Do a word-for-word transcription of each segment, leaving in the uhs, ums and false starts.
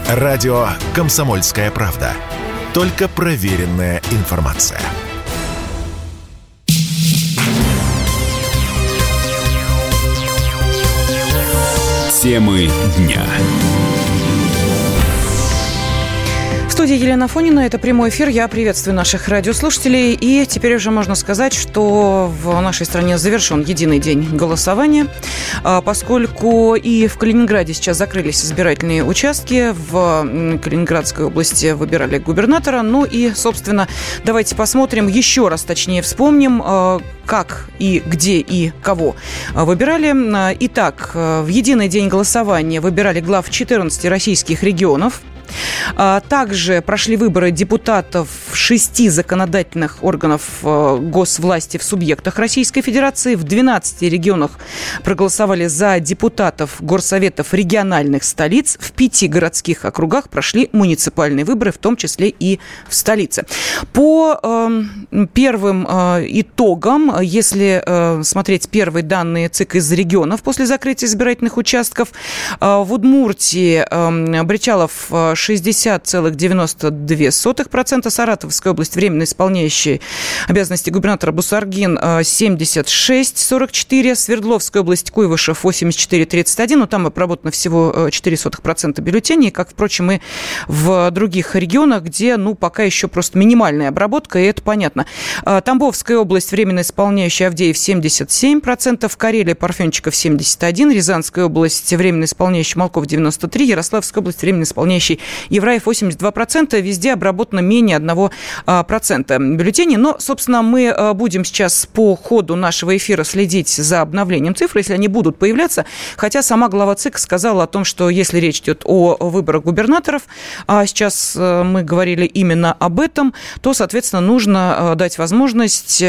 Радио «Комсомольская правда». Только проверенная информация. Темы дня. В студии Елена Афонина. Это прямой эфир. Я приветствую наших радиослушателей. И теперь уже можно сказать, что в нашей стране завершен единый день голосования, поскольку и в Калининграде сейчас закрылись избирательные участки. В Калининградской области выбирали губернатора. Ну и, собственно, давайте посмотрим еще раз, точнее вспомним, как и где и кого выбирали. Итак, в единый день голосования выбирали глав четырнадцати российских регионов. Также прошли выборы депутатов шести законодательных органов госвласти в субъектах Российской Федерации. В двенадцати регионах проголосовали за депутатов горсоветов региональных столиц. В пяти городских округах прошли муниципальные выборы, в том числе и в столице. По э, первым э, итогам, если э, смотреть первые данные ЦИК из регионов после закрытия избирательных участков, э, в Удмуртии э, Бричалов шестьдесят целых девяносто две сотых процента, Саратовская область временно исполняющий обязанности губернатора Бусаргин семьдесят шесть целых сорок четыре сотых, Свердловская область Куйвышев восемьдесят четыре целых тридцать один, но там обработано всего четыре сотых процента бюллетеней, как, впрочем, и в других регионах, где, ну, пока еще просто минимальная обработка, и это понятно. Тамбовская область временно исполняющий Авдеев семьдесят семь процентов, Карелия Парфенчиков семьдесят один процент, Рязанская область временно исполняющий Малков девяносто три процента, Ярославская область временно исполняющий Евраев восемьдесят два процента, везде обработано менее одного процента бюллетеней. Но, собственно, мы будем сейчас по ходу нашего эфира следить за обновлением цифр, если они будут появляться. Хотя сама глава ЦИК сказала о том, что если речь идет о выборах губернаторов, а сейчас мы говорили именно об этом, то, соответственно, нужно дать возможность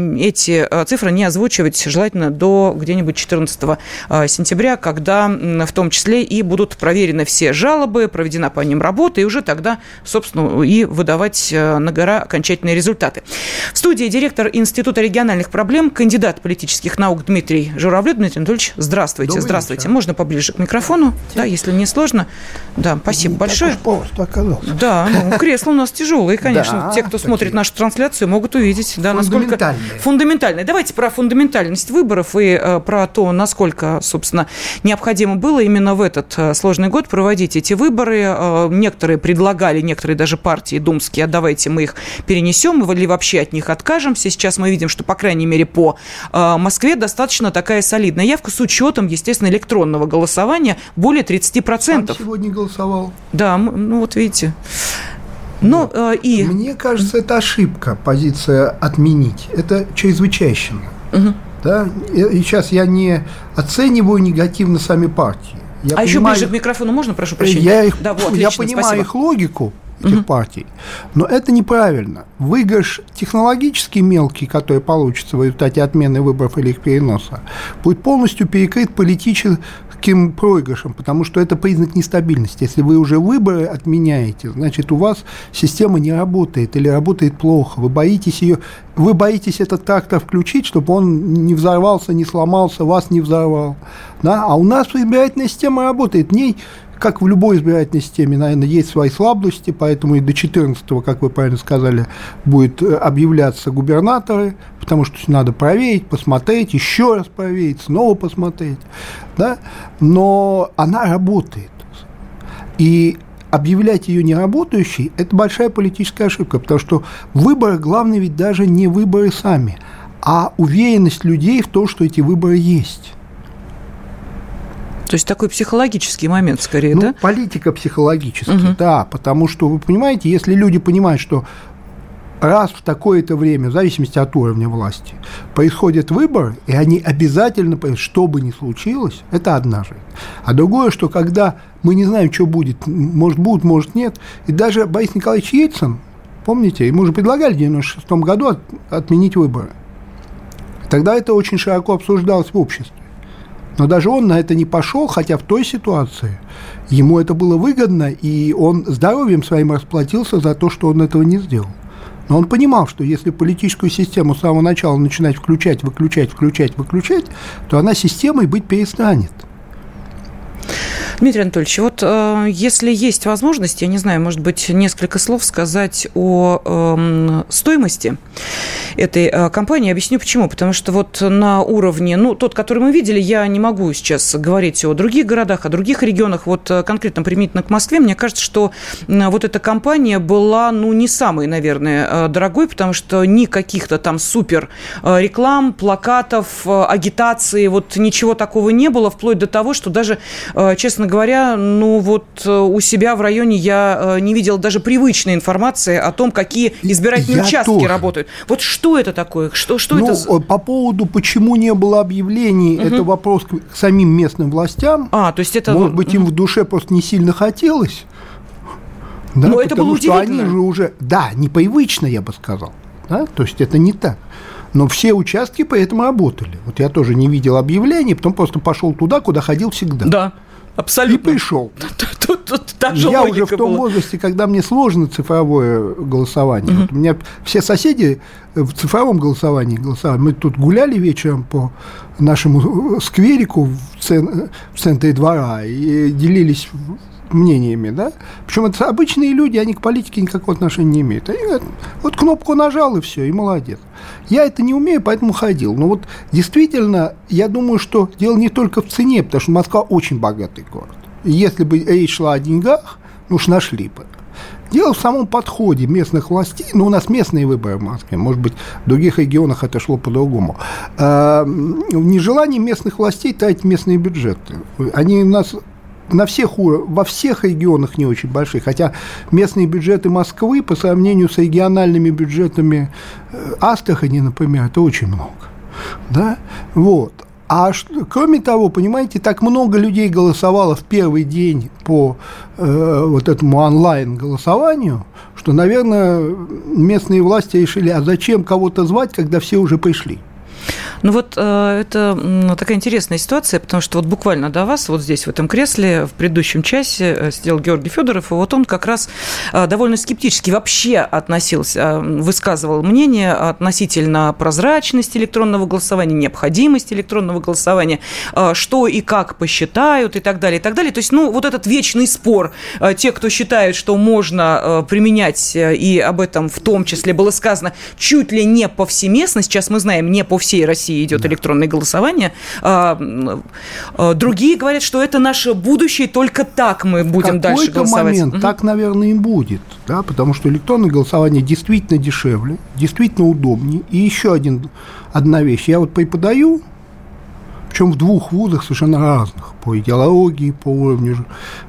эти цифры не озвучивать, желательно до где-нибудь четырнадцатого сентября, когда в том числе и будут проверены все жалобы, проведена по ним работа, и уже тогда, собственно, и выдавать на гора окончательные результаты. В студии директор Института региональных проблем, кандидат политических наук Дмитрий Журавлев. Дмитрий Анатольевич, здравствуйте. Добрый здравствуйте. вечер. Можно поближе к микрофону? Да, если не сложно. Да, спасибо не большое. Так уж просто оказалось. Да, ну, кресло у нас тяжелое, конечно. Да, Те, кто такие. смотрит нашу трансляцию, могут увидеть, да, насколько Фундаментальные. фундаментальные. Давайте про фундаментальность выборов и э, про то, насколько, собственно, необходимо было именно в этот э, сложный год проводить эти выборы. Э, некоторые предлагали, некоторые даже партии думские, а давайте мы их перенесем или вообще от них откажемся. Сейчас мы видим, что, по крайней мере, по э, Москве достаточно такая солидная явка с учетом, естественно, электронного голосования более тридцать процентов. Сам сегодня голосовал. Да, ну вот видите. Ну, э, и... Мне кажется, это ошибка, позиция отменить. Это чрезвычайщина. Угу. Да? И сейчас я не оцениваю негативно сами партии. Я а понимаю, еще ближе к микрофону можно, прошу прощения? Я, их, да, вот, я отлично, понимаю спасибо. их логику, этих угу. партий, но это неправильно. Выигрыш технологически мелкий, который получится в результате отмены выборов или их переноса, будет полностью перекрыт политическим проигрышем, потому что это признак нестабильности. Если вы уже выборы отменяете, значит, у вас система не работает или работает плохо. Вы боитесь ее, вы боитесь этот трактор включить, чтобы он не взорвался, не сломался, вас не взорвал. Да? А у нас избирательная система работает. В ней, как в любой избирательной системе, наверное, есть свои слабости, поэтому и до четырнадцатого, как вы правильно сказали, будет объявляться губернаторы, потому что надо проверить, посмотреть, еще раз проверить, снова посмотреть. Да? Но она работает. И объявлять ее неработающей – это большая политическая ошибка, потому что выборы, главное ведь даже не выборы сами, а уверенность людей в том, что эти выборы есть. То есть такой психологический момент скорее, ну, да? Политика психологическая, угу. да, потому что, вы понимаете, если люди понимают, что раз в такое-то время, в зависимости от уровня власти, происходят выборы, и они обязательно, что бы ни случилось, это одна жизнь. А другое, что когда мы не знаем, что будет, может будет, может нет, и даже Борис Николаевич Ельцин, помните, ему же предлагали в девяносто шестом году от, отменить выборы. Тогда это очень широко обсуждалось в обществе. Но даже он на это не пошел, хотя в той ситуации ему это было выгодно, и он здоровьем своим расплатился за то, что он этого не сделал. Но он понимал, что если политическую систему с самого начала начинать включать, выключать, включать, выключать, то она системой быть перестанет. Дмитрий Анатольевич, вот э, если есть возможность, я не знаю, может быть, несколько слов сказать о э, стоимости этой э, компании. Объясню почему. Потому что вот на уровне, ну, тот, который мы видели, я не могу сейчас говорить о других городах, о других регионах. Вот э, конкретно применительно к Москве, мне кажется, что э, вот эта компания была, ну, не самой, наверное, э, дорогой, потому что ни каких-то там супер э, реклам, плакатов, э, агитации, вот ничего такого не было, вплоть до того, что даже, э, честно говоря, ну, вот э, у себя в районе я э, не видела даже привычной информации о том, какие избирательные я участки тоже. Работают. Вот что это такое? Что, что ну, это? По поводу, почему не было объявлений, угу. это вопрос к самим местным властям. А, то есть это... Может быть, им в душе просто не сильно хотелось. Да, но это было удивительно. Они же уже... Да, непривычно, я бы сказал. Да? То есть это не так. Но все участки поэтому работали. Вот я тоже не видел объявлений, потом просто пошел туда, куда ходил всегда. Да. Абсолютно. И пришел. Тут, тут та же я логика уже в том была. возрасте, когда мне сложно цифровое голосование. Uh-huh. Вот у меня все соседи в цифровом голосовании голосовали. Мы тут гуляли вечером по нашему скверику в, цен, в центре двора и делились мнениями, да? Причем это обычные люди, они к политике никакого отношения не имеют. Они говорят, вот кнопку нажал, и все, и молодец. Я это не умею, поэтому ходил. Но вот действительно, я думаю, что дело не только в цене, потому что Москва очень богатый город. И если бы речь шла о деньгах, ну уж нашли бы. Дело в самом подходе местных властей. Ну, у нас местные выборы в Москве. Может быть, в других регионах это шло по-другому. В нежелании местных властей тратить местные бюджеты. Они у нас... На всех, во всех регионах не очень большие, хотя местные бюджеты Москвы по сравнению с региональными бюджетами Астрахани, например, это очень много. Да? Вот. А что, кроме того, понимаете, так много людей голосовало в первый день по э, вот этому онлайн-голосованию, что, наверное, местные власти решили, а зачем кого-то звать, когда все уже пришли. Ну вот э, это такая интересная ситуация, потому что вот буквально до вас, вот здесь, в этом кресле, в предыдущем часе сидел Георгий Федоров, и вот он как раз э, довольно скептически вообще относился, э, высказывал мнение относительно прозрачности электронного голосования, необходимости электронного голосования, э, что и как посчитают и так далее, и так далее. То есть, ну, вот этот вечный спор, э, те, кто считают, что можно э, применять, э, и об этом в том числе было сказано, чуть ли не повсеместно, сейчас мы знаем, не по всей России идет электронное голосование. Другие говорят, что это наше будущее, только так мы будем дальше голосовать. В какой-то момент угу. так, наверное, и будет, да, потому что электронное голосование действительно дешевле, действительно удобнее. И еще один, одна вещь. Я вот преподаю, причем в двух вузах совершенно разных, по идеологии, по уровню,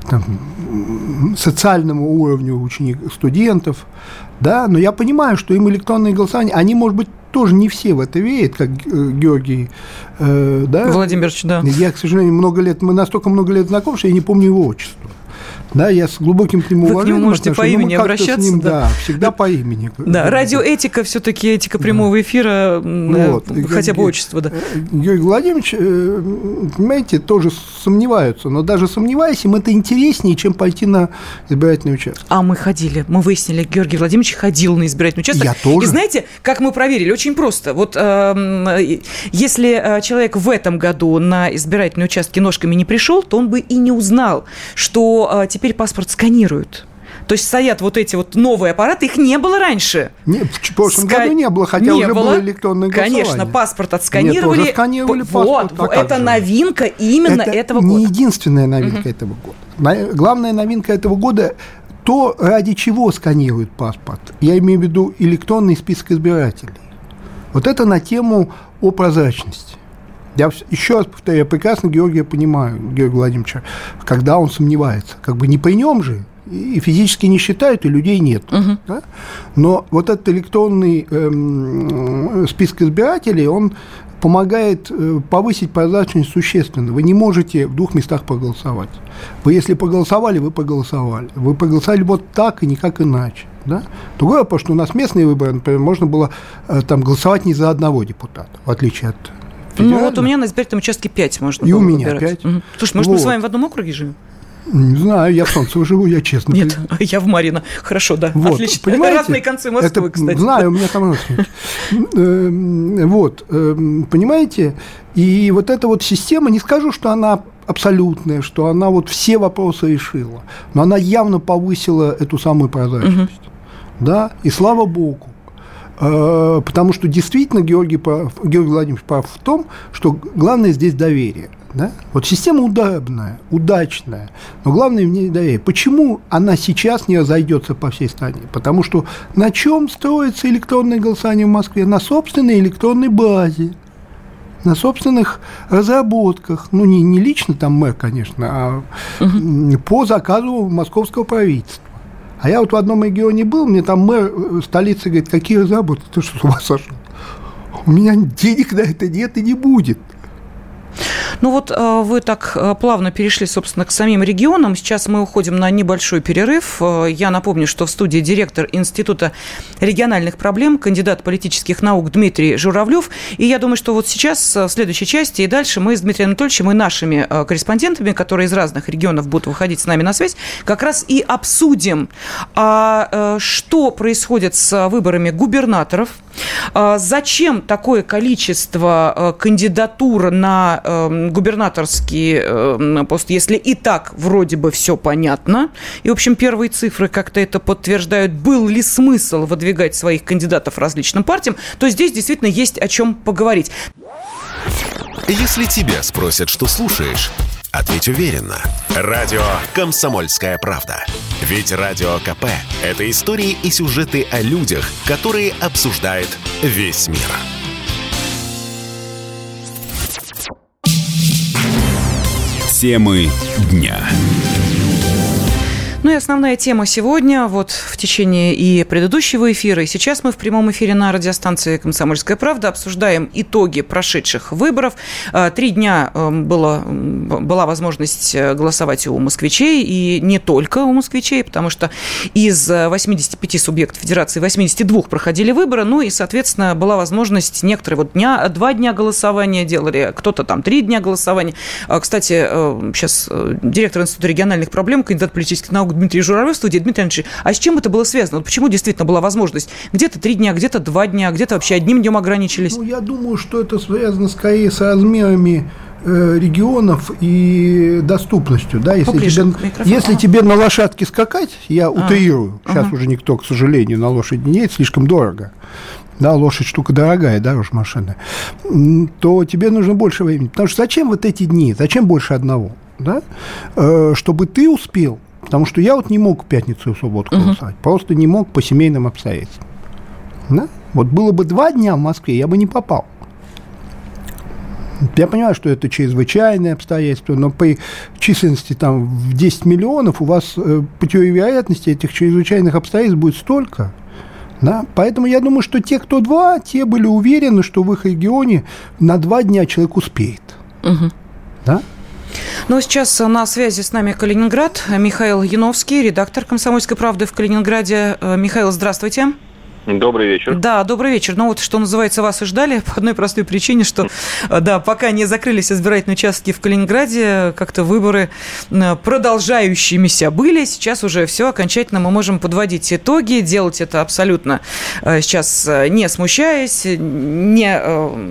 там, социальному уровню учеников, студентов, да, но я понимаю, что им электронное голосование, они, может быть, тоже не все в это верят, как Георгий, э, да? Владимирович, да. Я, к сожалению, много лет, мы настолько много лет знакомы, что я не помню его отчество. Да, я с глубоким к нему Вы уважением. Вы к нему можете по имени обращаться. Ним, да. да, всегда по имени. Да, радиоэтика, все-таки этика прямого да. эфира, вот. Хотя бы отчество, да. Георгий Владимирович, понимаете, тоже сомневаются, но даже сомневаясь, им это интереснее, чем пойти на избирательный участок. А мы ходили, мы выяснили, Георгий Владимирович ходил на избирательный участок. Я тоже. И знаете, как мы проверили? Очень просто. Вот э, если человек в этом году на избирательные участки ножками не пришел, то он бы и не узнал, что э, теперь паспорт сканируют. То есть стоят вот эти вот новые аппараты, их не было раньше. Не, в прошлом Ска... году не было, хотя не уже было, было электронное голосование. Конечно, паспорт отсканировали. Нет, тоже сканировали вот, паспорт. Вот, это же? Новинка именно это этого года. Не единственная новинка угу. этого года. Главная новинка этого года – то, ради чего сканируют паспорт. Я имею в виду электронный список избирателей. Вот это на тему о прозрачности. Я еще раз повторяю, я прекрасно Георгия понимаю, Георгия Владимировича, когда он сомневается. Как бы не при нем же, и физически не считают, и людей нет. Uh-huh. Да? Но вот этот электронный э, список избирателей, он помогает э, повысить прозрачность существенно. Вы не можете в двух местах проголосовать. Вы, если проголосовали, вы проголосовали. Вы проголосовали вот так и никак иначе. Да? Другой вопрос, что у нас местные выборы, например, можно было э, там, голосовать не за одного депутата, в отличие от... Ну, вот у меня на избирательном участке пять можно и было у меня выбирать. пять. Угу. Слушай, может, вот. Мы с вами в одном округе живем? Не знаю, я в Солнцево живу, я честно. Нет, я в Марьино. Хорошо, да, вот. Отлично. Понимаете? Разные концы Москвы, это, кстати. Знаю, у меня там родственники. Вот, понимаете? И вот эта вот система, не скажу, что она абсолютная, что она вот все вопросы решила. Но она явно повысила эту самую прозрачность. Угу. Да, и слава богу. Потому что действительно Георгий, прав, Георгий Владимирович прав в том, что главное здесь доверие. Да? Вот система удобная, удачная, но главное в ней доверие. Почему она сейчас не разойдется по всей стране? Потому что на чем строится электронное голосование в Москве? На собственной электронной базе, на собственных разработках. Ну, не, не лично там мэр, конечно, а угу. по заказу московского правительства. А я вот в одном регионе был, мне там мэр столицы говорит, какие разработки, ты что, с ума сошел? У меня денег на это нет и не будет. Ну вот вы так плавно перешли, собственно, к самим регионам. Сейчас мы уходим на небольшой перерыв. Я напомню, что в студии директор Института региональных проблем, кандидат политических наук Дмитрий Журавлев. И я думаю, что вот сейчас, в следующей части и дальше мы с Дмитрием Анатольевичем и нашими корреспондентами, которые из разных регионов будут выходить с нами на связь, как раз и обсудим, что происходит с выборами губернаторов, зачем такое количество кандидатур на губернаторский пост, если и так вроде бы все понятно. И, в общем, первые цифры как-то это подтверждают. Был ли смысл выдвигать своих кандидатов различным партиям, то здесь действительно есть о чем поговорить. Если тебя спросят, что слушаешь, ответь уверенно. Радио «Комсомольская правда». Ведь Радио КП – это истории и сюжеты о людях, которые обсуждает весь мир. Темы дня. Ну и основная тема сегодня, вот в течение и предыдущего эфира, и сейчас мы в прямом эфире на радиостанции «Комсомольская правда» обсуждаем итоги прошедших выборов. Три дня было, была возможность голосовать у москвичей, и не только у москвичей, потому что из восьмидесяти пяти субъектов Федерации восемьдесят два проходили выборы, ну и, соответственно, была возможность некоторые вот дня, два дня голосования делали, кто-то там три дня голосования. Кстати, сейчас директор Института региональных проблем, кандидат политических наук Дмитрий Журавлев в студии. Дмитрий Ильич, а с чем это было связано? Вот почему действительно была возможность? Где-то три дня, где-то два дня, где-то вообще одним днем ограничились? Ну, я думаю, что это связано скорее с размерами э, регионов и доступностью. Да? Если, тебе, если тебе на лошадке скакать, я а, утрирую, сейчас ага. уже никто, к сожалению, на лошади не едет, слишком дорого. Да, лошадь штука дорогая, да, уж машина, то тебе нужно больше времени. Потому что зачем вот эти дни? Зачем больше одного? Да? Э, чтобы ты успел. Потому что я вот не мог в пятницу и в субботу голосовать. Uh-huh. Просто не мог по семейным обстоятельствам. Да? Вот было бы два дня в Москве, я бы не попал. Я понимаю, что это чрезвычайные обстоятельства, но при численности там в десять миллионов у вас э, по теории вероятности этих чрезвычайных обстоятельств будет столько. Да? Поэтому я думаю, что те, кто два, те были уверены, что в их регионе на два дня человек успеет. Uh-huh. Да? Ну, сейчас на связи с нами Калининград. Михаил Яновский, редактор «Комсомольской правды» в Калининграде. Михаил, здравствуйте. Добрый вечер. Да, добрый вечер. Ну вот, что называется, вас и ждали по одной простой причине, что, да, пока не закрылись избирательные участки в Калининграде, как-то выборы продолжающимися были. Сейчас уже все, окончательно мы можем подводить итоги, делать это абсолютно сейчас не смущаясь, не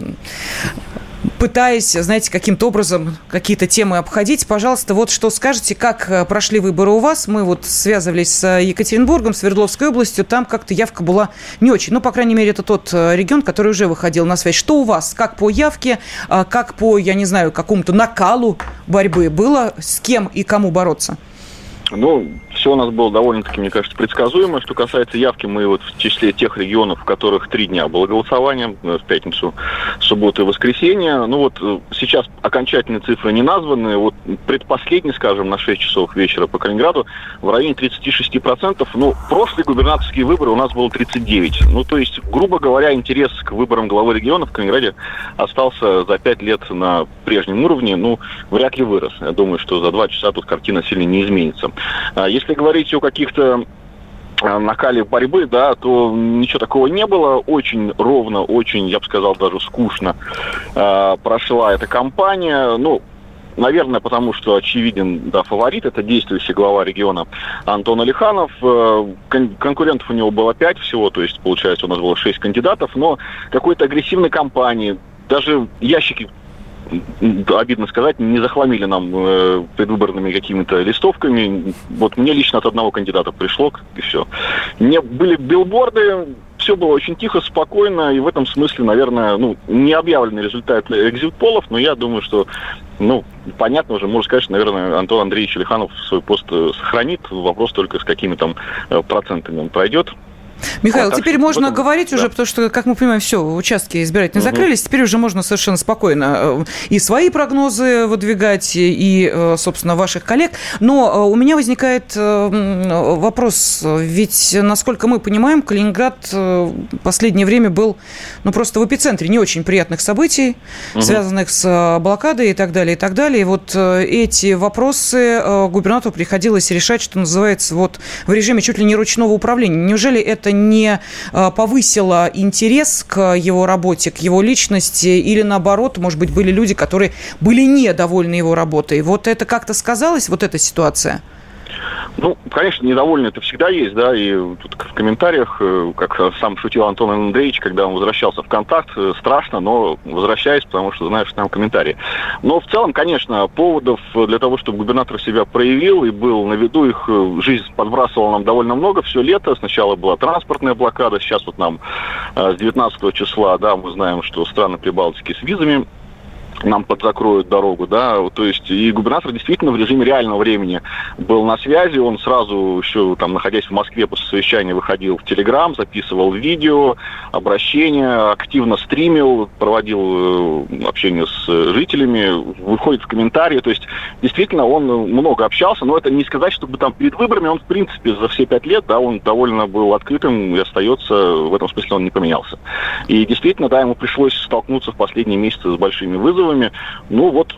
пытаясь, знаете, каким-то образом какие-то темы обходить. Пожалуйста, вот что скажете, как прошли выборы у вас? Мы вот связывались с Екатеринбургом, Свердловской областью, там как-то явка была не очень. Ну, по крайней мере, это тот регион, который уже выходил на связь. Что у вас? Как по явке, как по, я не знаю, какому-то накалу борьбы было? С кем и кому бороться? Ну, все у нас было довольно-таки, мне кажется, предсказуемо. Что касается явки, мы вот в числе тех регионов, в которых три дня было голосование, в пятницу, субботу и воскресенье. Ну вот сейчас окончательные цифры не названы. Вот предпоследний, скажем, на шесть часов вечера по Калининграду в районе тридцать шесть процентов. Ну, прошлые губернаторские выборы у нас было тридцать девять процентов. Ну, то есть, грубо говоря, интерес к выборам главы региона в Калининграде остался за пять лет на прежнем уровне. Ну, вряд ли вырос. Я думаю, что за два часа тут картина сильно не изменится. Если говорить о каких-то накале борьбы, да, то ничего такого не было. Очень ровно, очень, я бы сказал, даже скучно э, прошла эта кампания. Ну, наверное, потому что очевиден, да, фаворит. Это действующий глава региона Антон Алиханов. Кон- конкурентов у него было пять всего, то есть, получается, у нас было шесть кандидатов, но какой-то агрессивной кампании, даже ящики обидно сказать, не захламили нам э, предвыборными какими-то листовками. Вот мне лично от одного кандидата пришло, и все. Не были билборды, все было очень тихо, спокойно, и в этом смысле, наверное, ну, не объявлены результаты экзит-полов, но я думаю, что, ну, понятно уже, можно сказать, что, наверное, Антон Андреевич Алиханов свой пост сохранит. Вопрос только, с какими там процентами он пройдет. Михаил, а, теперь так, можно этом, говорить да. уже, потому что, как мы понимаем, все, участки избирательные угу. закрылись, теперь уже можно совершенно спокойно и свои прогнозы выдвигать, и, собственно, ваших коллег. Но у меня возникает вопрос, ведь, насколько мы понимаем, Калининград в последнее время был, ну, просто в эпицентре не очень приятных событий, угу. связанных с блокадой и так далее, и так далее. И вот эти вопросы губернатору приходилось решать, что называется, вот в режиме чуть ли не ручного управления. Неужели это не повысило интерес к его работе, к его личности, или наоборот, может быть, были люди, которые были недовольны его работой? Вот это как-то сказалось, вот эта ситуация? Ну, конечно, недовольны это всегда есть, да, и тут в комментариях, как сам шутил Антон Андреевич, когда он возвращался в «Контакт», страшно, но возвращаюсь, потому что знаешь, там комментарии. Но в целом, конечно, поводов для того, чтобы губернатор себя проявил и был на виду, их жизнь подбрасывала нам довольно много все лето. Сначала была транспортная блокада, сейчас вот нам с девятнадцатого числа, да, мы знаем, что страны Прибалтики с визами нам подзакроют дорогу, да, то есть и губернатор действительно в режиме реального времени был на связи, он сразу еще там, находясь в Москве после совещания, выходил в Телеграм, записывал видео, обращения, активно стримил, проводил э, общение с жителями, выходит в комментарии, то есть действительно он много общался, но это не сказать, чтобы там перед выборами он в принципе за все пять лет, да, он довольно был открытым и остается, в этом смысле он не поменялся. И действительно, да, ему пришлось столкнуться в последние месяцы с большими вызовами. Ну вот,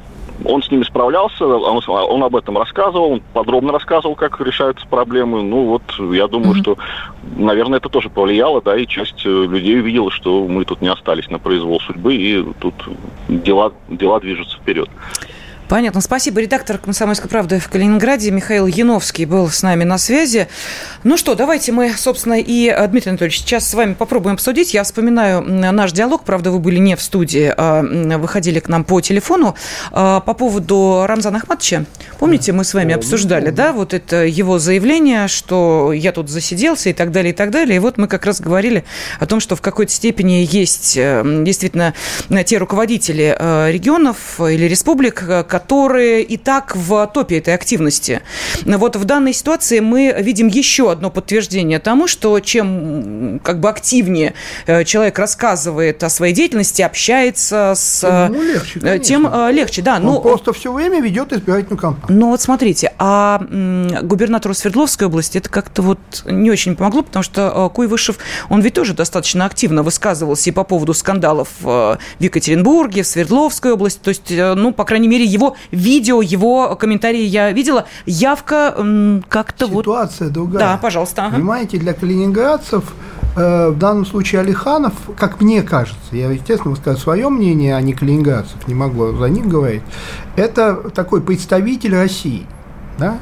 он с ними справлялся, он, он об этом рассказывал, он подробно рассказывал, как решаются проблемы. Ну вот, я думаю, mm-hmm. что, наверное, это тоже повлияло, да, и часть людей увидела, что мы тут не остались на произвол судьбы, и тут дела, дела движутся вперед. Понятно. Спасибо. Редактор «Комсомольской правды» в Калининграде Михаил Яновский был с нами на связи. Ну что, давайте мы, собственно, и, Дмитрий Анатольевич, сейчас с вами попробуем обсудить. Я вспоминаю наш диалог, правда, вы были не в студии, а выходили к нам по телефону, по поводу Рамзана Ахматовича. Помните, мы с вами обсуждали, да, вот это его заявление, что я тут засиделся и так далее, и так далее. И вот мы как раз говорили о том, что в какой-то степени есть действительно те руководители регионов или республик, которые и так в топе этой активности. Вот в данной ситуации мы видим еще одно подтверждение тому, что чем как бы активнее человек рассказывает о своей деятельности, общается с... Тем легче, тем легче, да. Он но... просто все время ведет избирательную кампанию. Ну вот смотрите, а губернатору Свердловской области это как-то вот не очень помогло, потому что Куйвышев, он ведь тоже достаточно активно высказывался и по поводу скандалов в Екатеринбурге, в Свердловской области, то есть, ну, по крайней мере, его видео, его комментарии я видела. Явка как-то вот... Ситуация другая. Да, пожалуйста. Ага. Понимаете, для калининградцев э, в данном случае Алиханов, как мне кажется, я, естественно, высказываю свое мнение, а не калининградцев, не могу за них говорить, это такой представитель России, да?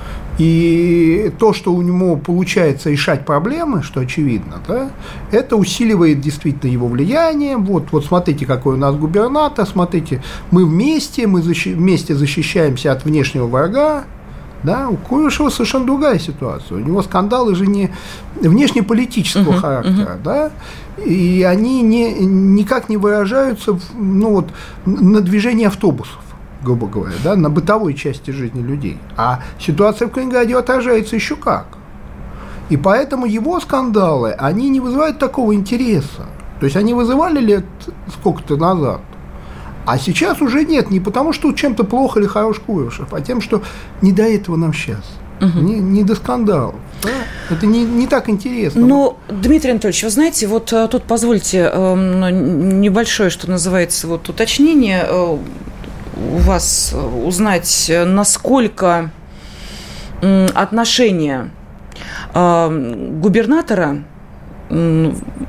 И то, что у него получается решать проблемы, что очевидно, да, это усиливает действительно его влияние. Вот, вот смотрите, какой у нас губернатор, смотрите, мы вместе, мы защи- вместе защищаемся от внешнего врага. Да, у Куйвышева совершенно другая ситуация. У него скандалы же не внешнеполитического uh-huh, характера, uh-huh. да, и они не, никак не выражаются в, ну, вот, на движении автобусов, грубо говоря, да, на бытовой части жизни людей. А ситуация в Калининграде отражается еще как. И поэтому его скандалы, они не вызывают такого интереса. То есть они вызывали лет сколько-то назад. А сейчас уже нет. Не потому, что чем-то плохо или хорош Куйвышев, а тем, что не до этого нам сейчас. Угу. Не, не до скандалов. Да? Это не, не так интересно. Ну, Дмитрий Анатольевич, вы знаете, вот тут позвольте небольшое, что называется, вот уточнение у вас узнать, насколько отношение губернатора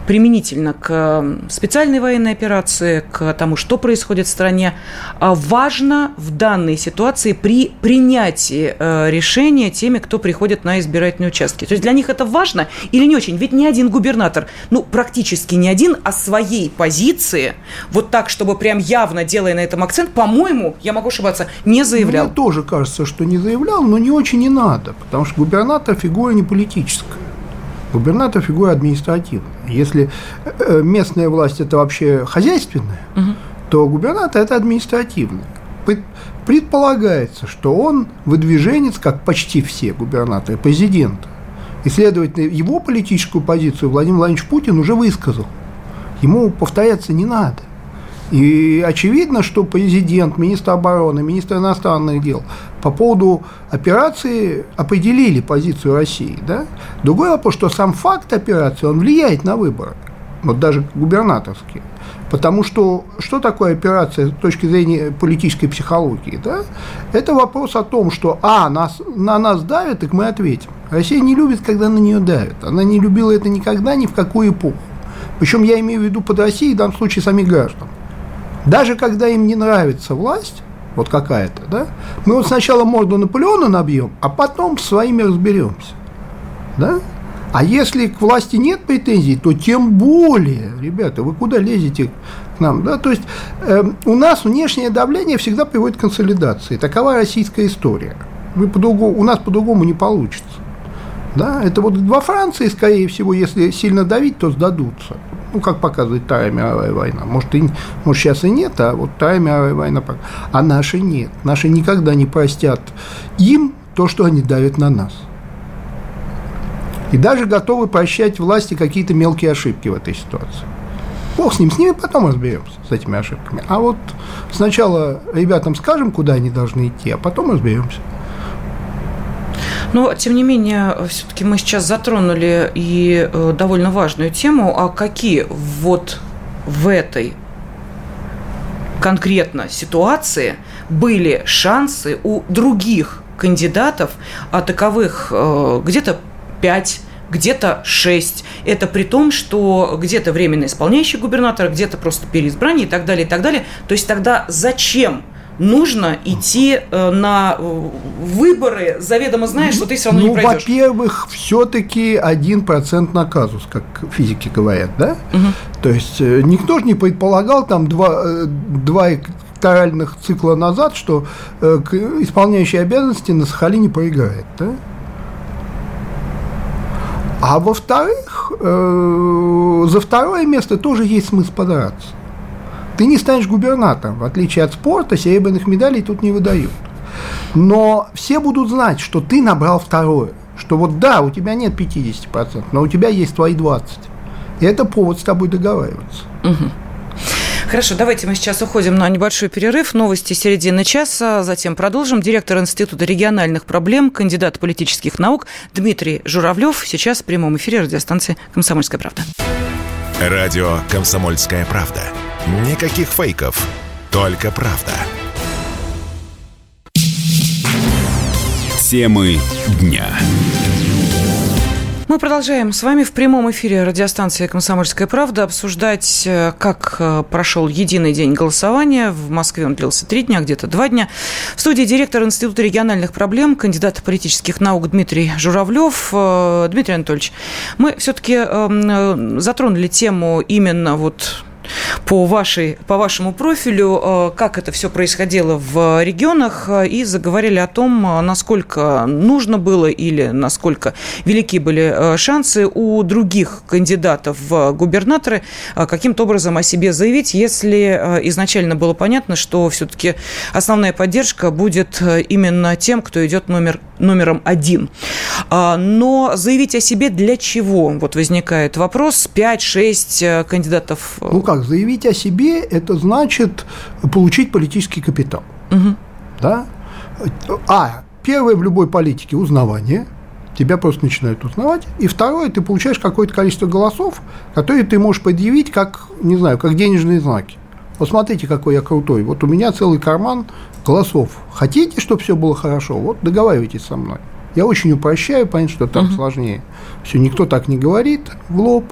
применительно к специальной военной операции, к тому, что происходит в стране, важно в данной ситуации при принятии решения теми, кто приходит на избирательные участки? То есть для них это важно или не очень? Ведь ни один губернатор, ну, практически ни один, о своей позиции, вот так, чтобы прям явно, делая на этом акцент, по-моему, я могу ошибаться, не заявлял. Мне тоже кажется, что не заявлял, но не очень и надо, потому что губернатор – фигура не политическая. Губернатор – фигура административная. Если местная власть – это вообще хозяйственная, угу. то губернатор – это административная. Предполагается, что он выдвиженец, как почти все губернаторы, президента. И, следовательно, его политическую позицию Владимир Владимирович Путин уже высказал. Ему повторяться не надо. И очевидно, что президент, министр обороны, министр иностранных дел по поводу операции определили позицию России. Да? Другой вопрос, что сам факт операции, он влияет на выборы, вот даже губернаторские. Потому что что такое операция с точки зрения политической психологии? Да? Это вопрос о том, что а, нас, на нас давят, так мы ответим. Россия не любит, когда на нее давят. Она не любила это никогда, ни в какую эпоху. Причем я имею в виду под Россией, в данном случае, самих граждан. Даже когда им не нравится власть, вот какая-то, да, мы вот сначала морду Наполеона набьем, а потом с своими разберемся. Да? А если к власти нет претензий, то тем более, ребята, вы куда лезете к нам? Да? То есть э, у нас внешнее давление всегда приводит к консолидации. Такова российская история. Мы по-другому, у нас по-другому не получится. Да? Это вот во Франции, скорее всего, если сильно давить, то сдадутся. Ну, как показывает Вторая мировая война. Может, и, может, сейчас и нет, а вот Вторая мировая война. А наши нет. Наши никогда не простят им то, что они давят на нас. И даже готовы прощать власти какие-то мелкие ошибки в этой ситуации. Бог с ним, с ними потом разберемся, с этими ошибками. А вот сначала ребятам скажем, куда они должны идти, а потом разберемся. Но, тем не менее, все-таки мы сейчас затронули и э, довольно важную тему, а какие вот в этой конкретно ситуации были шансы у других кандидатов, а таковых э, где-то пять, где-то шесть. Это при том, что где-то временно исполняющий губернатор, где-то просто переизбрание и так далее, и так далее. То есть тогда зачем нужно идти э, на выборы, заведомо зная, что ты все равно ну, не пройдешь? Ну, во-первых, все-таки один процент на казус, как физики говорят, да? Угу. То есть э, никто же не предполагал там два, э, два электоральных цикла назад, что э, исполняющий обязанности на Сахалине проиграет, да? А во-вторых, э, за второе место тоже есть смысл подраться. Ты не станешь губернатором, в отличие от спорта, серебряных медалей тут не выдают. Но все будут знать, что ты набрал второе. Что вот да, у тебя нет пятьдесят процентов, но у тебя есть твои двадцать процентов. И это повод с тобой договариваться. Угу. Хорошо, давайте мы сейчас уходим на небольшой перерыв. Новости середины часа, затем продолжим. Директор Института региональных проблем, кандидат политических наук Дмитрий Журавлев. Сейчас в прямом эфире радиостанции «Комсомольская правда». Радио «Комсомольская правда». Никаких фейков, только правда. Темы дня. Мы продолжаем с вами в прямом эфире радиостанции «Комсомольская правда» обсуждать, как прошел единый день голосования. В Москве он длился три дня, где-то два дня. В студии директор Института региональных проблем, кандидат политических наук Дмитрий Журавлев. Дмитрий Анатольевич, мы все-таки затронули тему именно вот по, вашей, по вашему профилю, как это все происходило в регионах, и заговорили о том, насколько нужно было или насколько велики были шансы у других кандидатов в губернаторы каким-то образом о себе заявить, если изначально было понятно, что все-таки основная поддержка будет именно тем, кто идет номер, номером один. Но заявить о себе для чего? Вот возникает вопрос. пять-шесть кандидатов. Ну как, заявить о себе – это значит получить политический капитал. Угу. Да? А первое в любой политике – узнавание. Тебя просто начинают узнавать. И второе – ты получаешь какое-то количество голосов, которые ты можешь предъявить как, не знаю, как денежные знаки. Вот смотрите, какой я крутой. Вот у меня целый карман голосов. Хотите, чтобы все было хорошо? Вот договаривайтесь со мной. Я очень упрощаю, понятно, что там угу. сложнее. Все, никто так не говорит в лоб.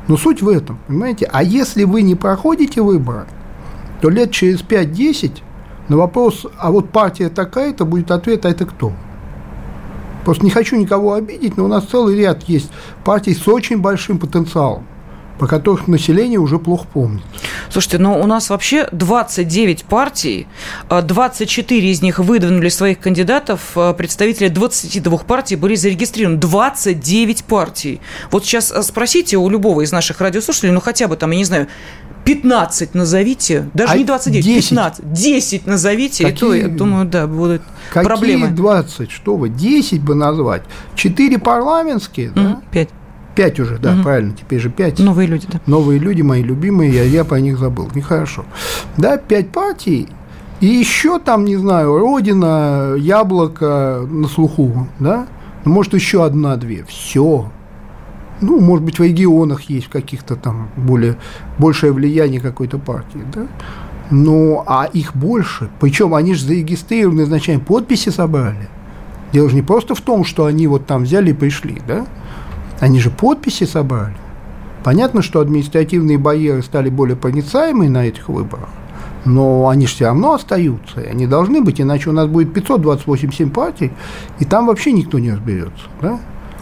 Но суть в этом, понимаете? А если вы не проходите выборы, то лет через пять-десять на вопрос, а вот партия такая-то, будет ответ, а это кто? Просто не хочу никого обидеть, но у нас целый ряд есть партий с очень большим потенциалом, по которых население уже плохо помнит. Слушайте, ну у нас вообще двадцать девять партий, двадцать четыре из них выдвинули своих кандидатов, представители двадцати двух партий были зарегистрированы. двадцать девять партий. Вот сейчас спросите у любого из наших радиослушателей, ну хотя бы там, я не знаю, пятнадцать назовите, даже а не двадцать девять, десять. пятнадцать, десять назовите, какие, и то, я думаю, да, будут какие проблемы. Какие двадцать, что вы, десять бы назвать, четыре парламентские, mm, да? пять. Пять уже, да, угу. Правильно, теперь же пять. Новые люди, да. Новые люди, мои любимые, я, я про них забыл, нехорошо. Да, пять партий, и еще там, не знаю, Родина, Яблоко на слуху, да, ну, может, еще одна-две, все. Ну, может быть, в регионах есть каких-то там более, большее влияние какой-то партии, да. Ну, а их больше, причем они же зарегистрированы изначально, подписи собрали. Дело же не просто в том, что они вот там взяли и пришли, да. Они же подписи собрали. Понятно, что административные барьеры стали более проницаемые на этих выборах, но они же все равно остаются, и они должны быть, иначе у нас будет пятьсот двадцать восемь семь партий, и там вообще никто не разберется, да?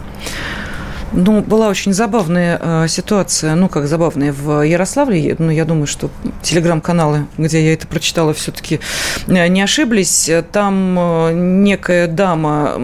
Ну, была очень забавная э, ситуация, ну, как забавная, в Ярославле. Ну, я думаю, что телеграм-каналы, где я это прочитала, все-таки не ошиблись. Там э, некая дама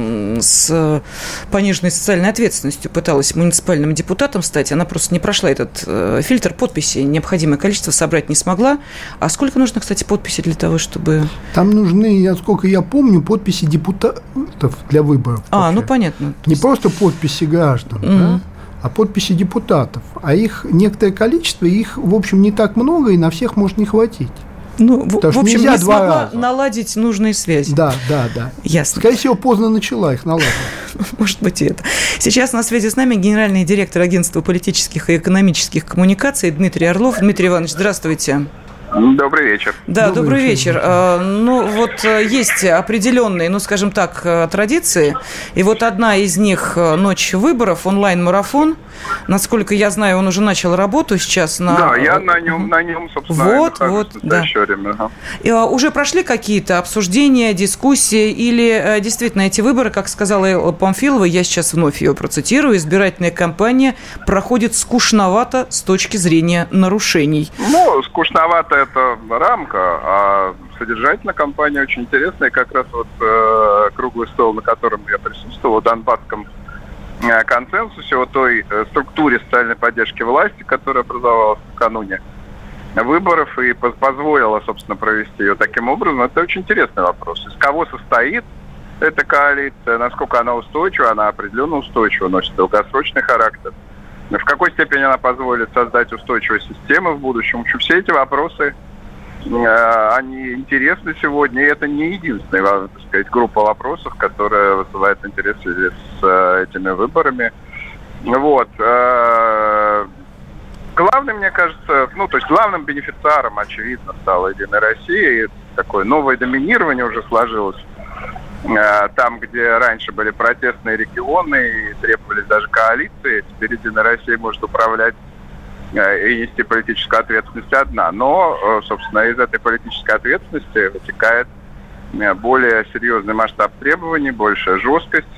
с пониженной социальной ответственностью пыталась муниципальным депутатом стать. Она просто не прошла этот э, фильтр подписей. Необходимое количество собрать не смогла. А сколько нужно, кстати, подписей для того, чтобы... Там нужны, насколько я помню, подписи депутатов для выборов. А, вообще. Ну, понятно. Не просто подписи граждан. Mm-hmm. Да? А подписи депутатов. А их некоторое количество, их, в общем, не так много, и на всех может не хватить. Ну, в, в общем, не смогла раза. наладить нужные связи. Да, да, да. Ясно. Скорее всего, поздно начала их наладить. Может быть, и это. Сейчас на связи с нами генеральный директор Агентства политических и экономических коммуникаций Дмитрий Орлов. Дмитрий Иванович, здравствуйте. Добрый вечер. Да, добрый, добрый вечер. вечер. Ну, вот есть определенные, ну, скажем так, традиции. И вот одна из них – ночь выборов, онлайн-марафон. Насколько я знаю, он уже начал работу сейчас. На... Да, я на нем, на нем собственно, вот, вот, да. время. Ага. И, а, уже прошли какие-то обсуждения, дискуссии? Или а, действительно эти выборы, как сказала Элла Памфилова, я сейчас вновь ее процитирую, избирательная кампания проходит скучновато с точки зрения нарушений? Ну, скучновато это рамка, а содержательная кампания очень интересная. Как раз вот э, круглый стол, на котором я присутствовал, в Донбасском э, консенсусе, о той э, структуре социальной поддержки власти, которая образовалась накануне выборов и позволила, собственно, провести ее таким образом. Это очень интересный вопрос. Из кого состоит эта коалиция, насколько она устойчива, она определенно устойчива, носит долгосрочный характер. В какой степени она позволит создать устойчивую систему в будущем? В общем, все эти вопросы, э, они интересны сегодня, и это не единственная, так сказать, группа вопросов, которая вызывает интерес в связи с э, этими выборами. Вот. Э, главным, мне кажется, ну, то есть главным бенефициаром, очевидно, стала «Единая Россия», и такое новое доминирование уже сложилось. Там, где раньше были протестные регионы и требовались даже коалиции, теперь «Единая Россия» может управлять и нести политическую ответственность одна. Но, собственно, из этой политической ответственности вытекает более серьезный масштаб требований, большая жесткость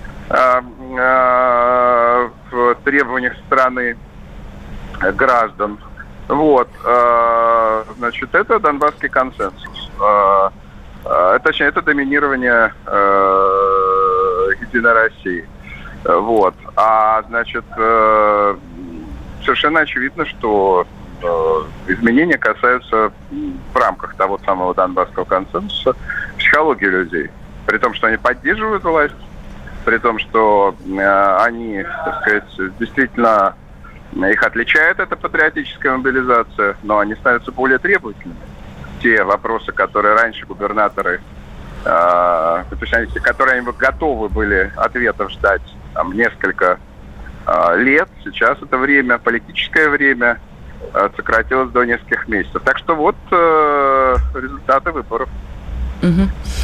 в требованиях страны граждан. Вот. Значит, это Донбасский консенсус. Точнее, это доминирование э, «Единой России». Вот. А, значит, э, совершенно очевидно, что э, изменения касаются в рамках того самого Донбасского консенсуса психологии людей. При том, что они поддерживают власть, при том, что э, они, так сказать, действительно, их отличает эта патриотическая мобилизация, но они становятся более требовательными. Те вопросы, которые раньше губернаторы, э, то есть они, которые они готовы были ответов ждать там, несколько э, лет, сейчас это время, политическое время, э, сократилось до нескольких месяцев. Так что вот э, результаты выборов. Угу.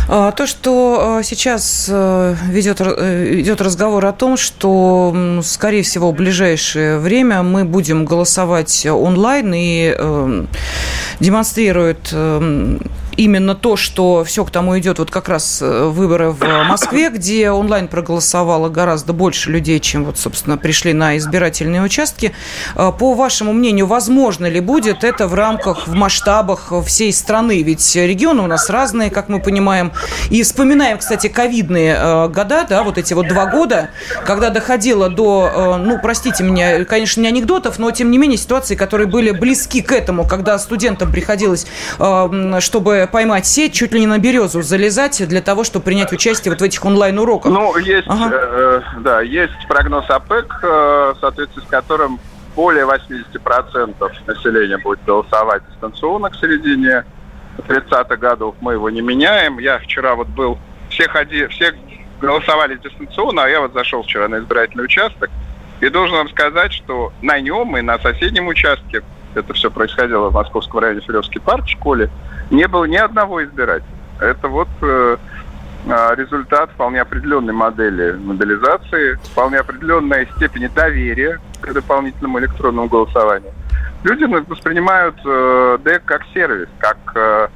То, что сейчас ведет, идет разговор о том, что, скорее всего, в ближайшее время мы будем голосовать онлайн и э, демонстрирует э, именно то, что все к тому идет, вот как раз выборы в Москве, где онлайн проголосовало гораздо больше людей, чем, вот, собственно, пришли на избирательные участки. По вашему мнению, возможно ли будет это в рамках, в масштабах всей страны? Ведь регионы у нас разные, как мы понимаем. И вспоминаем, кстати, ковидные года, да, вот эти вот два года, когда доходило до, ну, простите меня, конечно, не анекдотов, но, тем не менее, ситуации, которые были близки к этому, когда студентам приходилось, чтобы поймать сеть, чуть ли не на березу залезать для того, чтобы принять участие вот в этих онлайн-уроках. Ну, есть, ага. э, да, есть прогноз ОПЕК, э, в соответствии с которым более восемьдесят процентов населения будет голосовать дистанционно к середине тридцатых годов. Мы его не меняем. Я вчера вот был, все, ходи, все голосовали дистанционно, а я вот зашел вчера на избирательный участок и должен вам сказать, что на нем и на соседнем участке, это все происходило в Московском районе Филевский парк в школе, не было ни одного избирателя. Это вот э, результат вполне определенной модели мобилизации, вполне определенной степени доверия к дополнительному электронному голосованию. Люди воспринимают э, ДЭК как сервис, как э,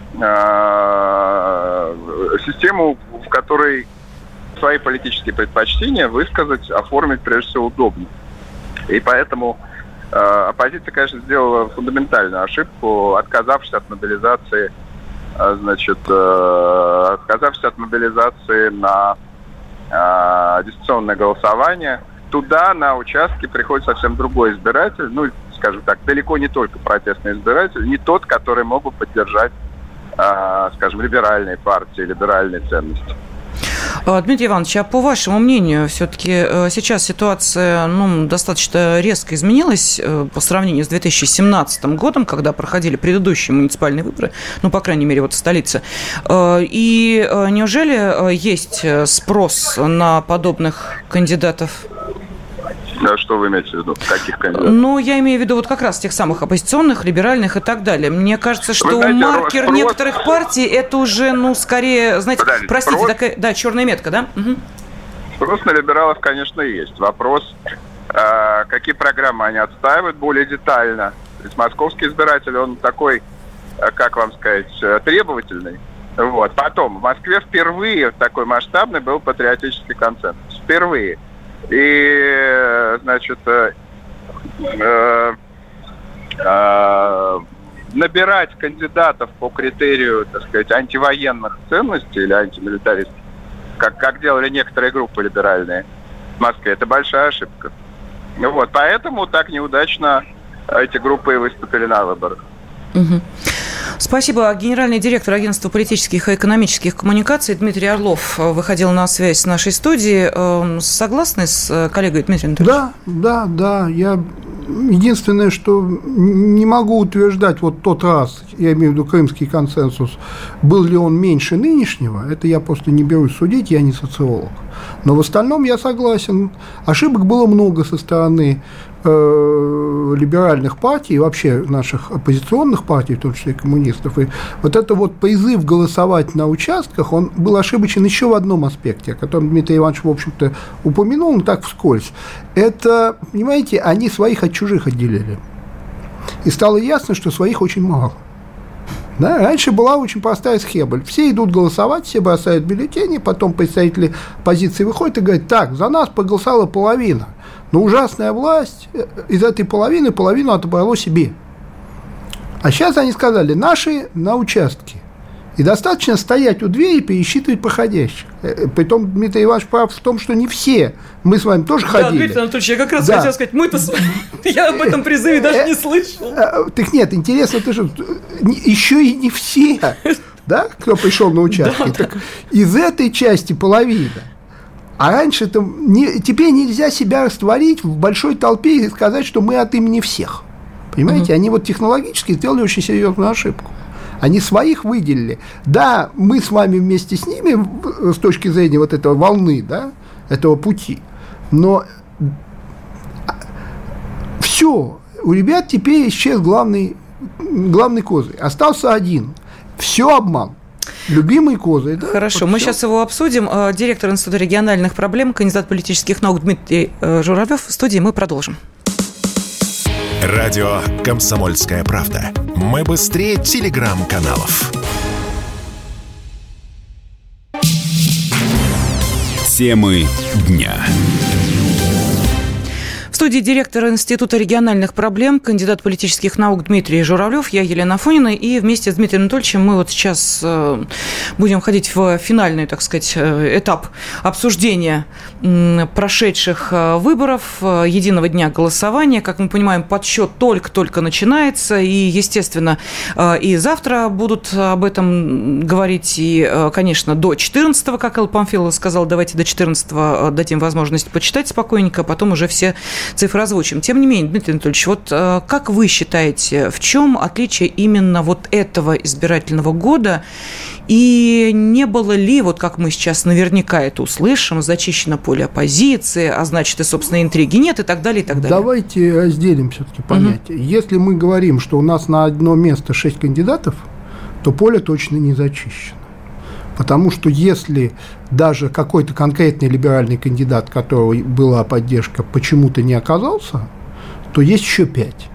э, систему, в которой свои политические предпочтения высказать, оформить прежде всего удобно. И поэтому оппозиция, конечно, сделала фундаментальную ошибку, отказавшись от мобилизации, значит, отказавшись от мобилизации на дистанционное голосование. Туда, на участке, приходит совсем другой избиратель, ну, скажем так, далеко не только протестный избиратель, не тот, который мог бы поддержать, скажем, либеральные партии, либеральные ценности. Дмитрий Иванович, а по вашему мнению, все-таки сейчас ситуация, ну, достаточно резко изменилась по сравнению с две тысячи семнадцатым годом, когда проходили предыдущие муниципальные выборы, ну, по крайней мере, вот в столице. И неужели есть спрос на подобных кандидатов? Да, что вы имеете в виду? Каких кандидатов? Ну, я имею в виду вот как раз тех самых оппозиционных, либеральных и так далее. Мне кажется, что знаете, маркер спрос... некоторых партий это уже, ну, скорее, знаете, Подожди, простите, спрос... такая, да, черная метка, да? Угу. Спрос на либералов, конечно, есть. Вопрос, э, какие программы они отстаивают более детально. То есть московский избиратель, он такой, э, как вам сказать, требовательный. Вот. Потом, в Москве впервые такой масштабный был патриотический консенсус. Впервые. И, значит, э, э, э, набирать кандидатов по критерию, так сказать, антивоенных ценностей или антимилитаристов, как, как делали некоторые группы либеральные в Москве, это большая ошибка. Вот, поэтому так неудачно эти группы и выступили на выборах. Угу. Спасибо. Генеральный директор Агентства политических и экономических коммуникаций Дмитрий Орлов выходил на связь с нашей студией. Согласны с коллегой Дмитрием Анатольевичем? Да, да, да. Я единственное, что не могу утверждать вот тот раз, я имею в виду крымский консенсус, был ли он меньше нынешнего, это я просто не берусь судить, я не социолог. Но в остальном я согласен. Ошибок было много со стороны э, либеральных партий и вообще наших оппозиционных партий, в том числе коммунистов. И вот это вот призыв голосовать на участках, он был ошибочен еще в одном аспекте, о котором Дмитрий Иванович, в общем-то, упомянул, но так вскользь. Это, понимаете, они своих от чужих отделили. И стало ясно, что своих очень мало. Да, раньше была очень простая схема. Все идут голосовать, все бросают бюллетени, потом представители оппозиции выходят и говорят: так, за нас проголосовала половина, но ужасная власть из этой половины половину отобрала себе. А сейчас они сказали: наши на участке. И достаточно стоять у двери и пересчитывать проходящих. Притом Дмитрий Иванович прав в том, что не все. Мы с вами тоже да, ходили. Дмитрий Анатольевич, я как раз да. хотел сказать, мы-то я об этом призыве даже не слышал. Так нет, интересно, ты что, еще и не все, да, кто пришел на участки. Так из этой части половина. А раньше-то не, теперь нельзя себя растворить в большой толпе и сказать, что мы от имени всех. Понимаете, они вот технологически сделали очень серьезную ошибку. Они своих выделили. Да, мы с вами вместе с ними с точки зрения вот этого волны, да, этого пути. Но все, у ребят теперь исчез главный, главный козырь. Остался один. Все обман. Любимой козой, да? Хорошо, вот мы все. сейчас его обсудим. Директор Института региональных проблем, кандидат политических наук Дмитрий Журавлев в студии. Мы продолжим. Радио «Комсомольская правда». Мы быстрее телеграм-каналов. Темы дня. В студии директор Института региональных проблем, кандидат политических наук Дмитрий Журавлев, я Елена Афонина, и вместе с Дмитрием Анатольевичем мы вот сейчас будем входить в финальный, так сказать, этап обсуждения прошедших выборов, единого дня голосования. Как мы понимаем, подсчет только-только начинается, и, естественно, и завтра будут об этом говорить, и, конечно, до четырнадцатого, как Элла Памфилова сказала, давайте до четырнадцатого дадим возможность почитать спокойненько, а потом уже все цифры озвучим. Тем не менее, Дмитрий Анатольевич, вот как вы считаете, в чем отличие именно вот этого избирательного года? И не было ли, вот как мы сейчас наверняка это услышим, зачищено поле оппозиции, а значит и, собственно, интриги нет и так далее, и так далее? Давайте разделим все-таки понятие. Угу. Если мы говорим, что у нас на одно место шесть кандидатов, то поле точно не зачищено. Потому что если даже какой-то конкретный либеральный кандидат, которого была поддержка, почему-то не оказался, то есть еще пять.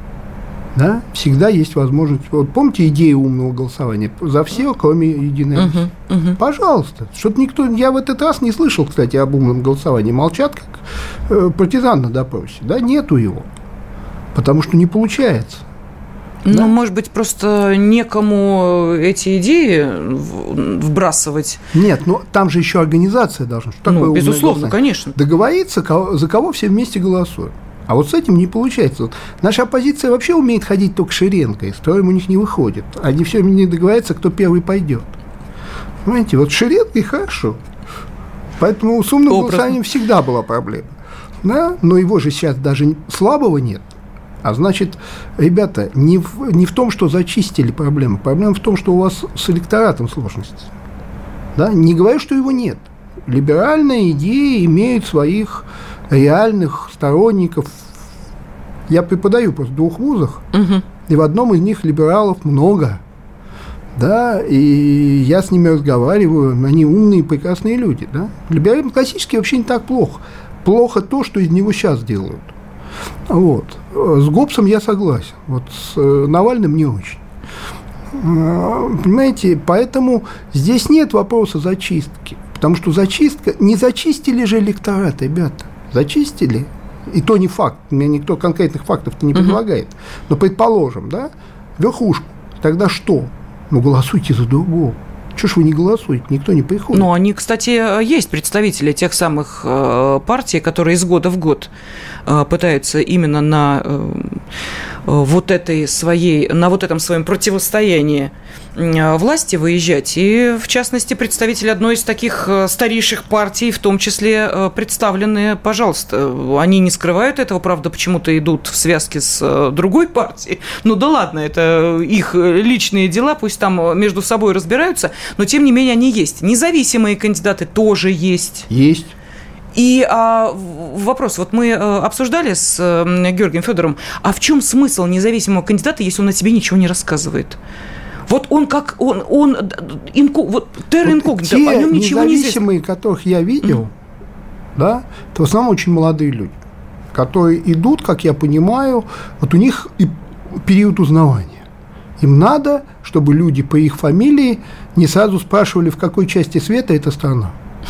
Да? Всегда есть возможность. Вот помните идею умного голосования? За все, кроме Единой России. Uh-huh, uh-huh. Пожалуйста. Что-то никто... Я в этот раз не слышал, кстати, об умном голосовании. Молчат, как э, партизан на допросе. Да? Нету его. Потому что не получается. Ну, да? Может быть, просто некому эти идеи вбрасывать. Нет, ну там же еще организация должна. Что ну, такое безусловно, конечно. Договориться, за кого все вместе голосуют. А вот с этим не получается. Вот наша оппозиция вообще умеет ходить только шеренгой, строем у них не выходит. Они все не договорятся, кто первый пойдет. Понимаете, вот шеренгой хорошо. Поэтому с умным Образно. голосованием всегда была проблема. Да? Но его же сейчас даже слабого нет. А значит, ребята, не в, не в том, что зачистили проблему. Проблема в том, что у вас с электоратом сложности. Да? Не говорю, что его нет. Либеральные идеи имеют своих реальных сторонников. Я преподаю просто в двух вузах, угу. и в одном из них либералов много. Да, и я с ними разговариваю, они умные, прекрасные люди. Да? Либерализм классический вообще не так плохо. Плохо то, что из него сейчас делают. Вот. С Гоббсом я согласен. Вот с Навальным не очень. Понимаете, поэтому здесь нет вопроса зачистки. Потому что зачистка... Не зачистили же электорат, ребята. Зачистили. И то не факт. Мне никто конкретных фактов-то не предлагает. Uh-huh. Но предположим, да, верхушку. Тогда что? Ну, голосуйте за другого. Чего ж вы не голосуете? Никто не приходит. Ну, они, кстати, есть представители тех самых э, партий, которые из года в год э, пытаются именно на э, вот этой своей, на вот этом своем противостоянии э, власти выезжать. И, в частности, представители одной из таких старейших партий, в том числе э, представлены, пожалуйста. Они не скрывают этого, правда, почему-то идут в связке с э, другой партией. Ну да ладно, это их личные дела, пусть там между собой разбираются. Но, тем не менее, они есть. Независимые кандидаты тоже есть. Есть. И а, вопрос. Вот мы а, обсуждали с а, Георгием Федоровым, а в чем смысл независимого кандидата, если он о себе ничего не рассказывает? Вот он как... Он, он инку, вот терра инкогнито, вот о нем ничего не известно. Те независимые, которых я видел, mm-hmm. да, это в основном очень молодые люди, которые идут, как я понимаю, вот у них и период узнавания. Им надо, чтобы люди по их фамилии не сразу спрашивали, в какой части света эта страна.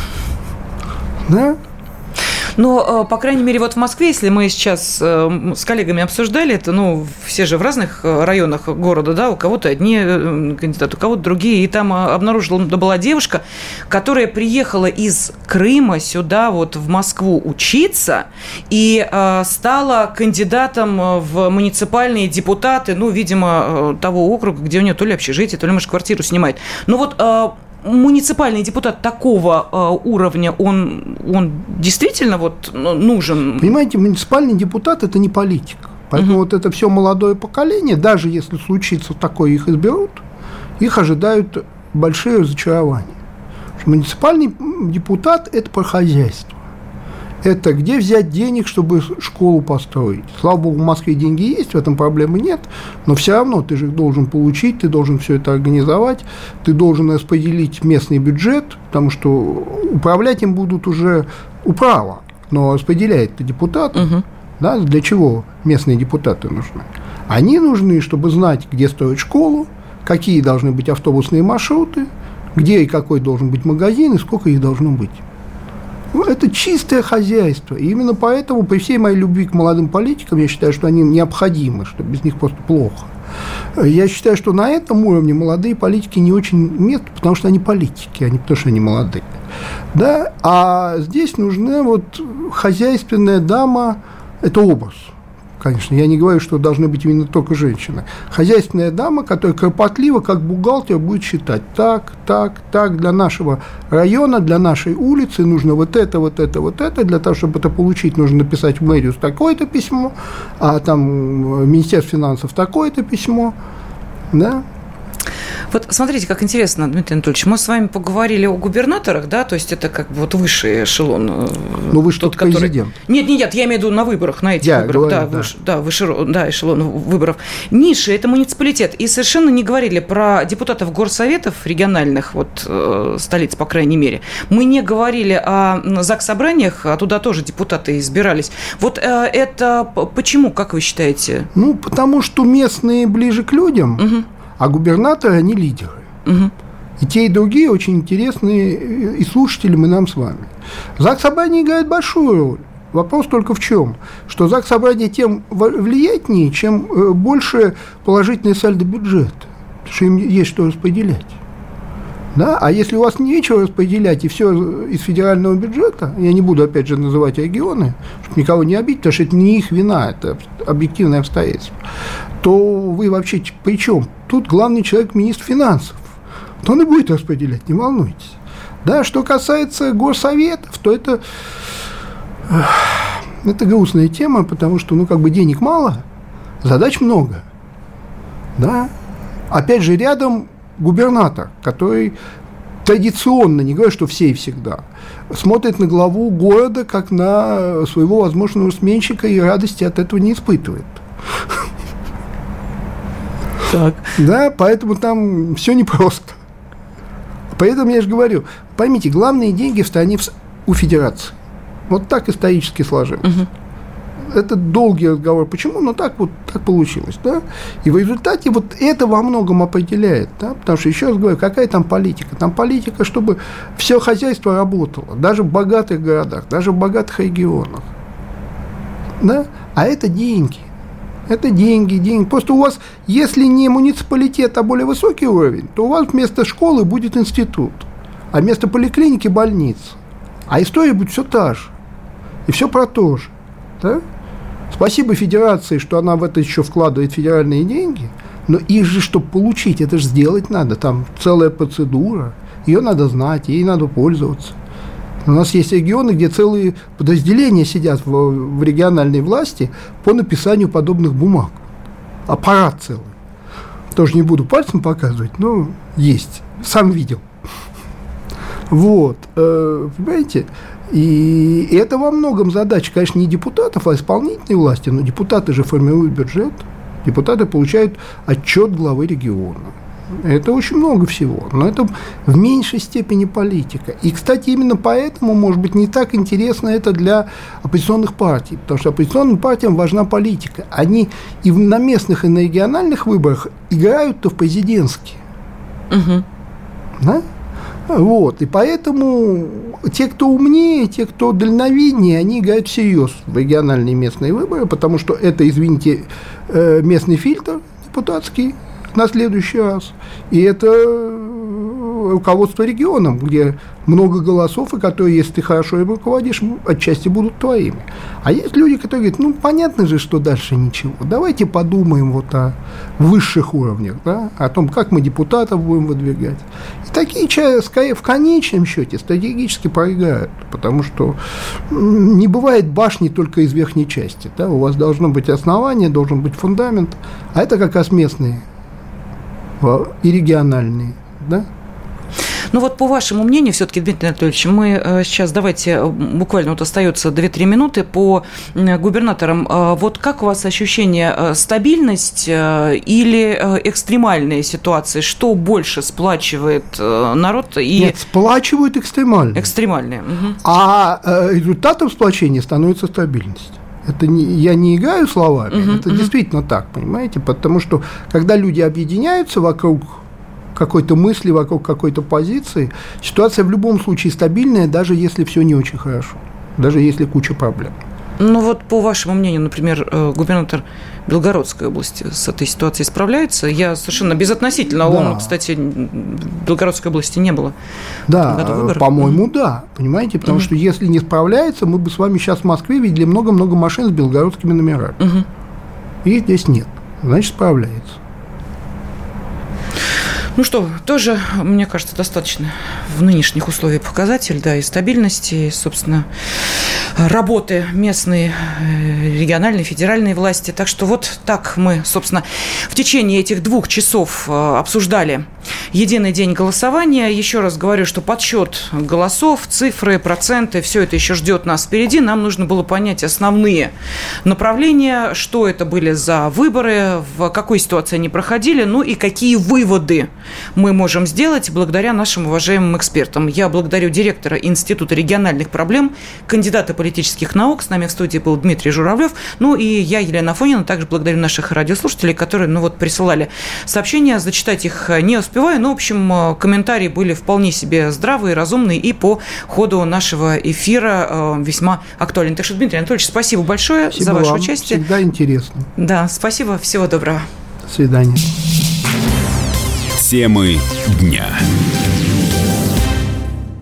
Да? Но, по крайней мере, вот в Москве, если мы сейчас с коллегами обсуждали это, ну, все же в разных районах города, да, у кого-то одни кандидаты, у кого-то другие, и там обнаружила, да, была девушка, которая приехала из Крыма сюда, вот, в Москву учиться, и э, стала кандидатом в муниципальные депутаты, ну, видимо, того округа, где у нее то ли общежитие, то ли, может, квартиру снимает. Ну, вот... Э, муниципальный депутат такого э, уровня, он, он действительно вот нужен? Понимаете, муниципальный депутат – это не политик. Поэтому uh-huh. вот это все молодое поколение, даже если случится такое, их изберут, их ожидают большие разочарования. Муниципальный депутат – это про хозяйство. это где взять денег, чтобы школу построить. Слава богу, в Москве деньги есть, в этом проблемы нет, но все равно ты же их должен получить, ты должен все это организовать, ты должен распределить местный бюджет, потому что управлять им будут уже управа, но распределяет-то депутаты. Угу. Да, для чего местные депутаты нужны? Они нужны, чтобы знать, где строить школу, какие должны быть автобусные маршруты, где и какой должен быть магазин, и сколько их должно быть. Ну, это чистое хозяйство. И именно поэтому, при всей моей любви к молодым политикам, я считаю, что они необходимы, что без них просто плохо. Я считаю, что на этом уровне молодые политики не очень место, потому что они политики, а не потому что они молодые. Да? А здесь нужна вот хозяйственная дама, это образ. Конечно, я не говорю, что должны быть именно только женщины. Хозяйственная дама, которая кропотливо, как бухгалтер, будет считать так, так, так, для нашего района, для нашей улицы нужно вот это, вот это, вот это. Для того, чтобы это получить, нужно написать в мэрию такое-то письмо, а там в Министерство финансов такое-то письмо. Да? Вот смотрите, как интересно, Дмитрий Анатольевич, мы с вами поговорили о губернаторах, да, то есть это как бы вот высший эшелон. Ну, вы что, который... президент. Нет, нет, нет, я имею в виду на выборах, на этих я выборах, говорю, да, да. Выше, да, выше, да, эшелон выборов. Ниши – это муниципалитет, и совершенно не говорили про депутатов горсоветов региональных, вот э, столиц, по крайней мере. Мы не говорили о заксобраниях, а туда тоже депутаты избирались. Вот э, это почему, как вы считаете? Ну, потому что местные ближе к людям. Угу. А губернаторы, они лидеры. Угу. И те, и другие очень интересные и слушателям, и нам с вами. Заксобрание играет большую роль. Вопрос только в чем? Что заксобрание тем влиятельнее, чем больше положительный сальдо бюджета. Потому что им есть что распределять. Да? А если у вас нечего распределять, и все из федерального бюджета, я не буду, опять же, называть регионы, чтобы никого не обидеть, потому что это не их вина, это объективное обстоятельство, то вы вообще при чем? Тут главный человек министр финансов. То он и будет распределять, не волнуйтесь. Да, что касается горсоветов, то это, это грустная тема, потому что, ну, как бы денег мало, задач много. Да? Опять же, рядом губернатор, который традиционно, не говорю, что все и всегда, смотрит на главу города как на своего возможного сменщика и радости от этого не испытывает. Так. Да, поэтому там все непросто. Поэтому я же говорю, поймите, главные деньги в стране у федерации. Вот так исторически сложилось. Угу. Это долгий разговор. Почему? Ну, так вот так получилось. Да? И в результате вот это во многом определяет. Да? Потому что, еще раз говорю, какая там политика? Там политика, чтобы все хозяйство работало. Даже в богатых городах, даже в богатых регионах. Да? А это деньги. Это деньги, деньги. Просто у вас, если не муниципалитет, а более высокий уровень, то у вас вместо школы будет институт, а вместо поликлиники – больница. А история будет все та же. И все про то же. Да? Спасибо федерации, что она в это еще вкладывает федеральные деньги, но их же, чтобы получить, это же сделать надо. Там целая процедура, ее надо знать, ей надо пользоваться. У нас есть регионы, где целые подразделения сидят в, в региональной власти по написанию подобных бумаг. Аппарат целый. Тоже не буду пальцем показывать, но есть. Сам видел. Вот. Э, понимаете? И это во многом задача, конечно, не депутатов, а исполнительной власти. Но депутаты же формируют бюджет. Депутаты получают отчет главы региона. Это очень много всего, но это в меньшей степени политика. И, кстати, именно поэтому, может быть, не так интересно это для оппозиционных партий, потому что оппозиционным партиям важна политика. Они и на местных, и на региональных выборах играют-то в президентские. Угу. Да? Вот. И поэтому те, кто умнее, те, кто дальновиднее, они играют всерьез в региональные местные выборы, потому что это, извините, местный фильтр депутатский на следующий раз. И это руководство регионом, где много голосов, и которые, если ты хорошо им руководишь, отчасти будут твоими. А есть люди, которые говорят, ну, понятно же, что дальше ничего. Давайте подумаем вот о высших уровнях, да, о том, как мы депутатов будем выдвигать. И такие, скорее, в конечном счете стратегически проиграют, потому что не бывает башни только из верхней части. Да? У вас должно быть основание, должен быть фундамент, а это как раз местные и региональные, да? Ну вот по вашему мнению, все-таки, Дмитрий Анатольевич, мы сейчас, давайте, буквально вот остается две-три минуты по губернаторам. Вот как у вас ощущение, стабильность или экстремальные ситуации? Что больше сплачивает народ? И... Нет, сплачивают экстремально. Экстремальные. Угу. А результатом сплочения становится стабильность. Это не, я не играю словами, uh-huh, это uh-huh. действительно так, понимаете? Потому что, когда люди объединяются вокруг какой-то мысли, вокруг какой-то позиции, ситуация в любом случае стабильная, даже если все не очень хорошо, даже если куча проблем. Ну вот, по вашему мнению, например, губернатор Белгородской области с этой ситуацией справляется? Я совершенно безотносительно, да. Он, кстати, в Белгородской области не было. Да, по-моему, mm-hmm. да, понимаете, потому mm-hmm. что если не справляется, мы бы с вами сейчас в Москве видели много-много машин с белгородскими номерами. Mm-hmm. Их здесь нет, значит, справляется. Ну что, тоже, мне кажется, достаточно в нынешних условиях показатель, да, и стабильности, и, собственно, работы местной, региональной, федеральной власти. Так что вот так мы, собственно, в течение этих двух часов обсуждали единый день голосования. Еще раз говорю, что подсчет голосов, цифры, проценты, все это еще ждет нас впереди. Нам нужно было понять основные направления, что это были за выборы, в какой ситуации они проходили, ну и какие выводы мы можем сделать благодаря нашим уважаемым экспертам. Я благодарю директора Института региональных проблем, кандидата политических наук. С нами в студии был Дмитрий Журавлев. Ну и я, Елена Афонина. Также благодарю наших радиослушателей, которые, ну вот, присылали сообщения. Зачитать их не успеваю. Но, в общем, комментарии были вполне себе здравые, разумные и по ходу нашего эфира весьма актуальны. Так что, Дмитрий Анатольевич, спасибо большое спасибо за ваше вам. Участие. Всегда интересно. Да, спасибо. Всего доброго. До свидания. Темы дня.